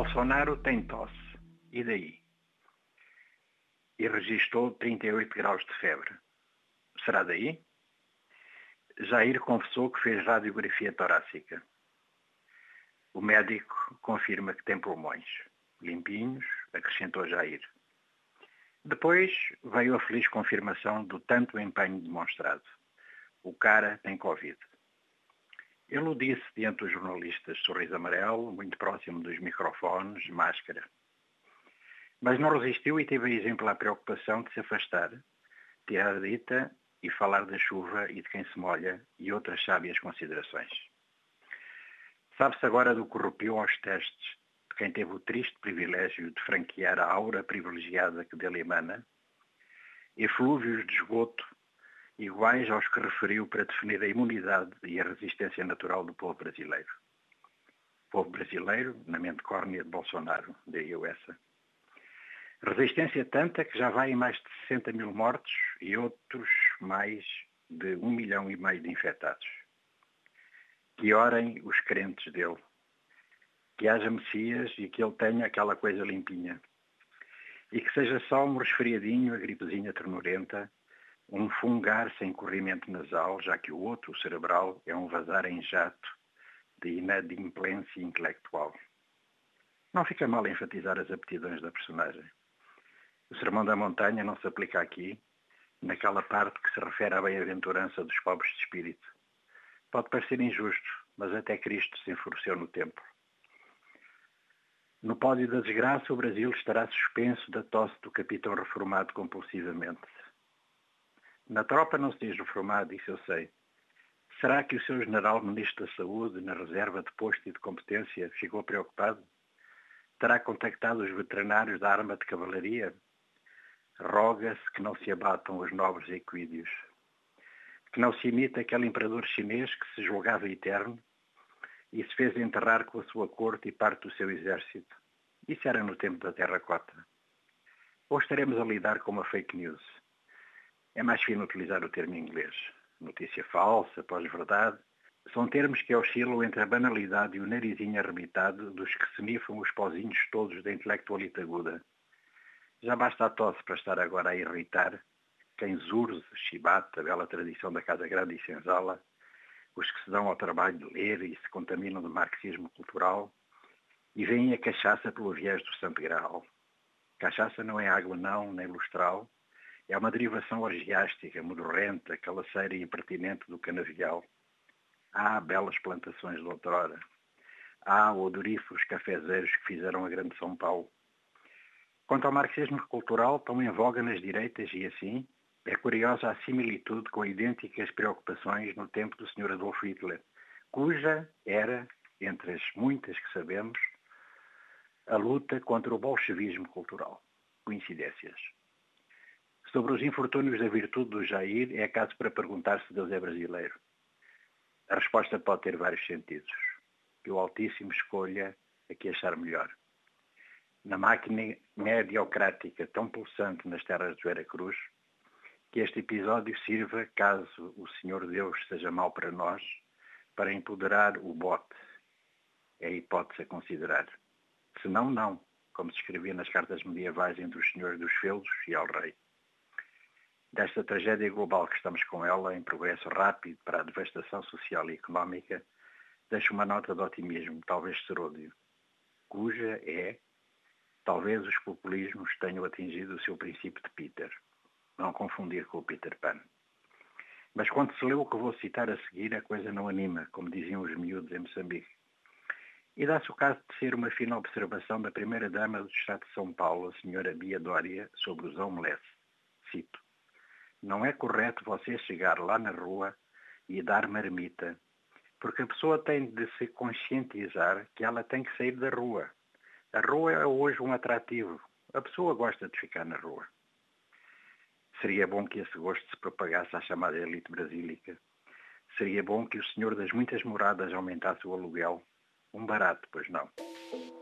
Bolsonaro tem tosse. E daí? E registou 38 graus de febre. Será daí? Jair confessou que fez radiografia torácica. O médico confirma que tem pulmões limpinhos, acrescentou Jair. Depois veio a feliz confirmação do tanto empenho demonstrado. O cara tem Covid. Ele o disse diante dos jornalistas, sorriso amarelo, muito próximo dos microfones, máscara. Mas não resistiu e teve a exemplar preocupação de se afastar, tirar a dita e falar da chuva e de quem se molha e outras sábias considerações. Sabe-se agora do corrupio aos testes de quem teve o triste privilégio de franquear a aura privilegiada que dele emana, eflúvios de esgoto iguais aos que referiu para definir a imunidade e a resistência natural do povo brasileiro. Povo brasileiro, na mente córnea de Bolsonaro, daí eu essa. Resistência tanta que já vai em mais de 60 mil mortos e outros mais de 1,5 milhão de infectados. Que orem os crentes dele. Que haja Messias e que ele tenha aquela coisa limpinha. E que seja só um resfriadinho, a gripezinha ternurenta, um fungar sem corrimento nasal, já que o outro, o cerebral, é um vazar em jato de inadimplência intelectual. Não fica mal enfatizar as aptidões da personagem. O Sermão da Montanha não se aplica aqui, naquela parte que se refere à bem-aventurança dos pobres de espírito. Pode parecer injusto, mas até Cristo se enfureceu no templo. No pódio da desgraça, o Brasil estará suspenso da tosse do capitão reformado compulsivamente. Na tropa não se diz reformado, isso eu sei. Será que o seu general ministro da Saúde, na reserva de posto e de competência, ficou preocupado? Terá contactado os veterinários da arma de cavalaria? Roga-se que não se abatam os nobres equídeos. Que não se imite aquele imperador chinês que se julgava eterno e se fez enterrar com a sua corte e parte do seu exército. Isso era no tempo da terracota. Ou estaremos a lidar com uma fake news? É mais fino utilizar o termo em inglês. Notícia falsa, pós-verdade, são termos que oscilam entre a banalidade e o narizinho arrebitado dos que se nifam os pozinhos todos da intelectualita aguda. Já basta a tosse para estar agora a irritar quem zurze, chibata, a bela tradição da Casa Grande e Senzala, os que se dão ao trabalho de ler e se contaminam de marxismo cultural e veem a cachaça pelo viés do Santo Graal. Cachaça não é água não, nem lustral, é uma derivação orgiástica, modorrenta, calaceira e impertinente do canavial. Há belas plantações de outrora. Há odoríferos cafezeiros que fizeram a grande São Paulo. Quanto ao marxismo cultural, tão em voga nas direitas e assim, é curiosa a similitude com idênticas preocupações no tempo do Sr. Adolf Hitler, cuja era, entre as muitas que sabemos, a luta contra o bolchevismo cultural. Coincidências. Sobre os infortúnios da virtude do Jair, é caso para perguntar se Deus é brasileiro. A resposta pode ter vários sentidos. Que o Altíssimo escolha a que achar melhor. Na máquina mediocrática tão pulsante nas terras de Veracruz, que este episódio sirva, caso o Senhor Deus seja mau para nós, para empoderar o bote. É a hipótese a considerar. Se não, não, como se escrevia nas cartas medievais entre os senhores dos feudos e ao rei. Desta tragédia global que estamos com ela, em progresso rápido para a devastação social e económica, deixo uma nota de otimismo, talvez serôdio, cuja é, talvez os populismos tenham atingido o seu princípio de Peter. Não confundir com o Peter Pan. Mas quando se lê o que vou citar a seguir, a coisa não anima, como diziam os miúdos em Moçambique. E dá-se o caso de ser uma fina observação da primeira-dama do Estado de São Paulo, a senhora Bia Dória, sobre os homeless. Cito. Não é correto você chegar lá na rua e dar marmita, porque a pessoa tem de se conscientizar que ela tem que sair da rua. A rua é hoje um atrativo. A pessoa gosta de ficar na rua. Seria bom que esse gosto se propagasse à chamada elite brasílica. Seria bom que o senhor das muitas moradas aumentasse o aluguel. Um barato, pois não.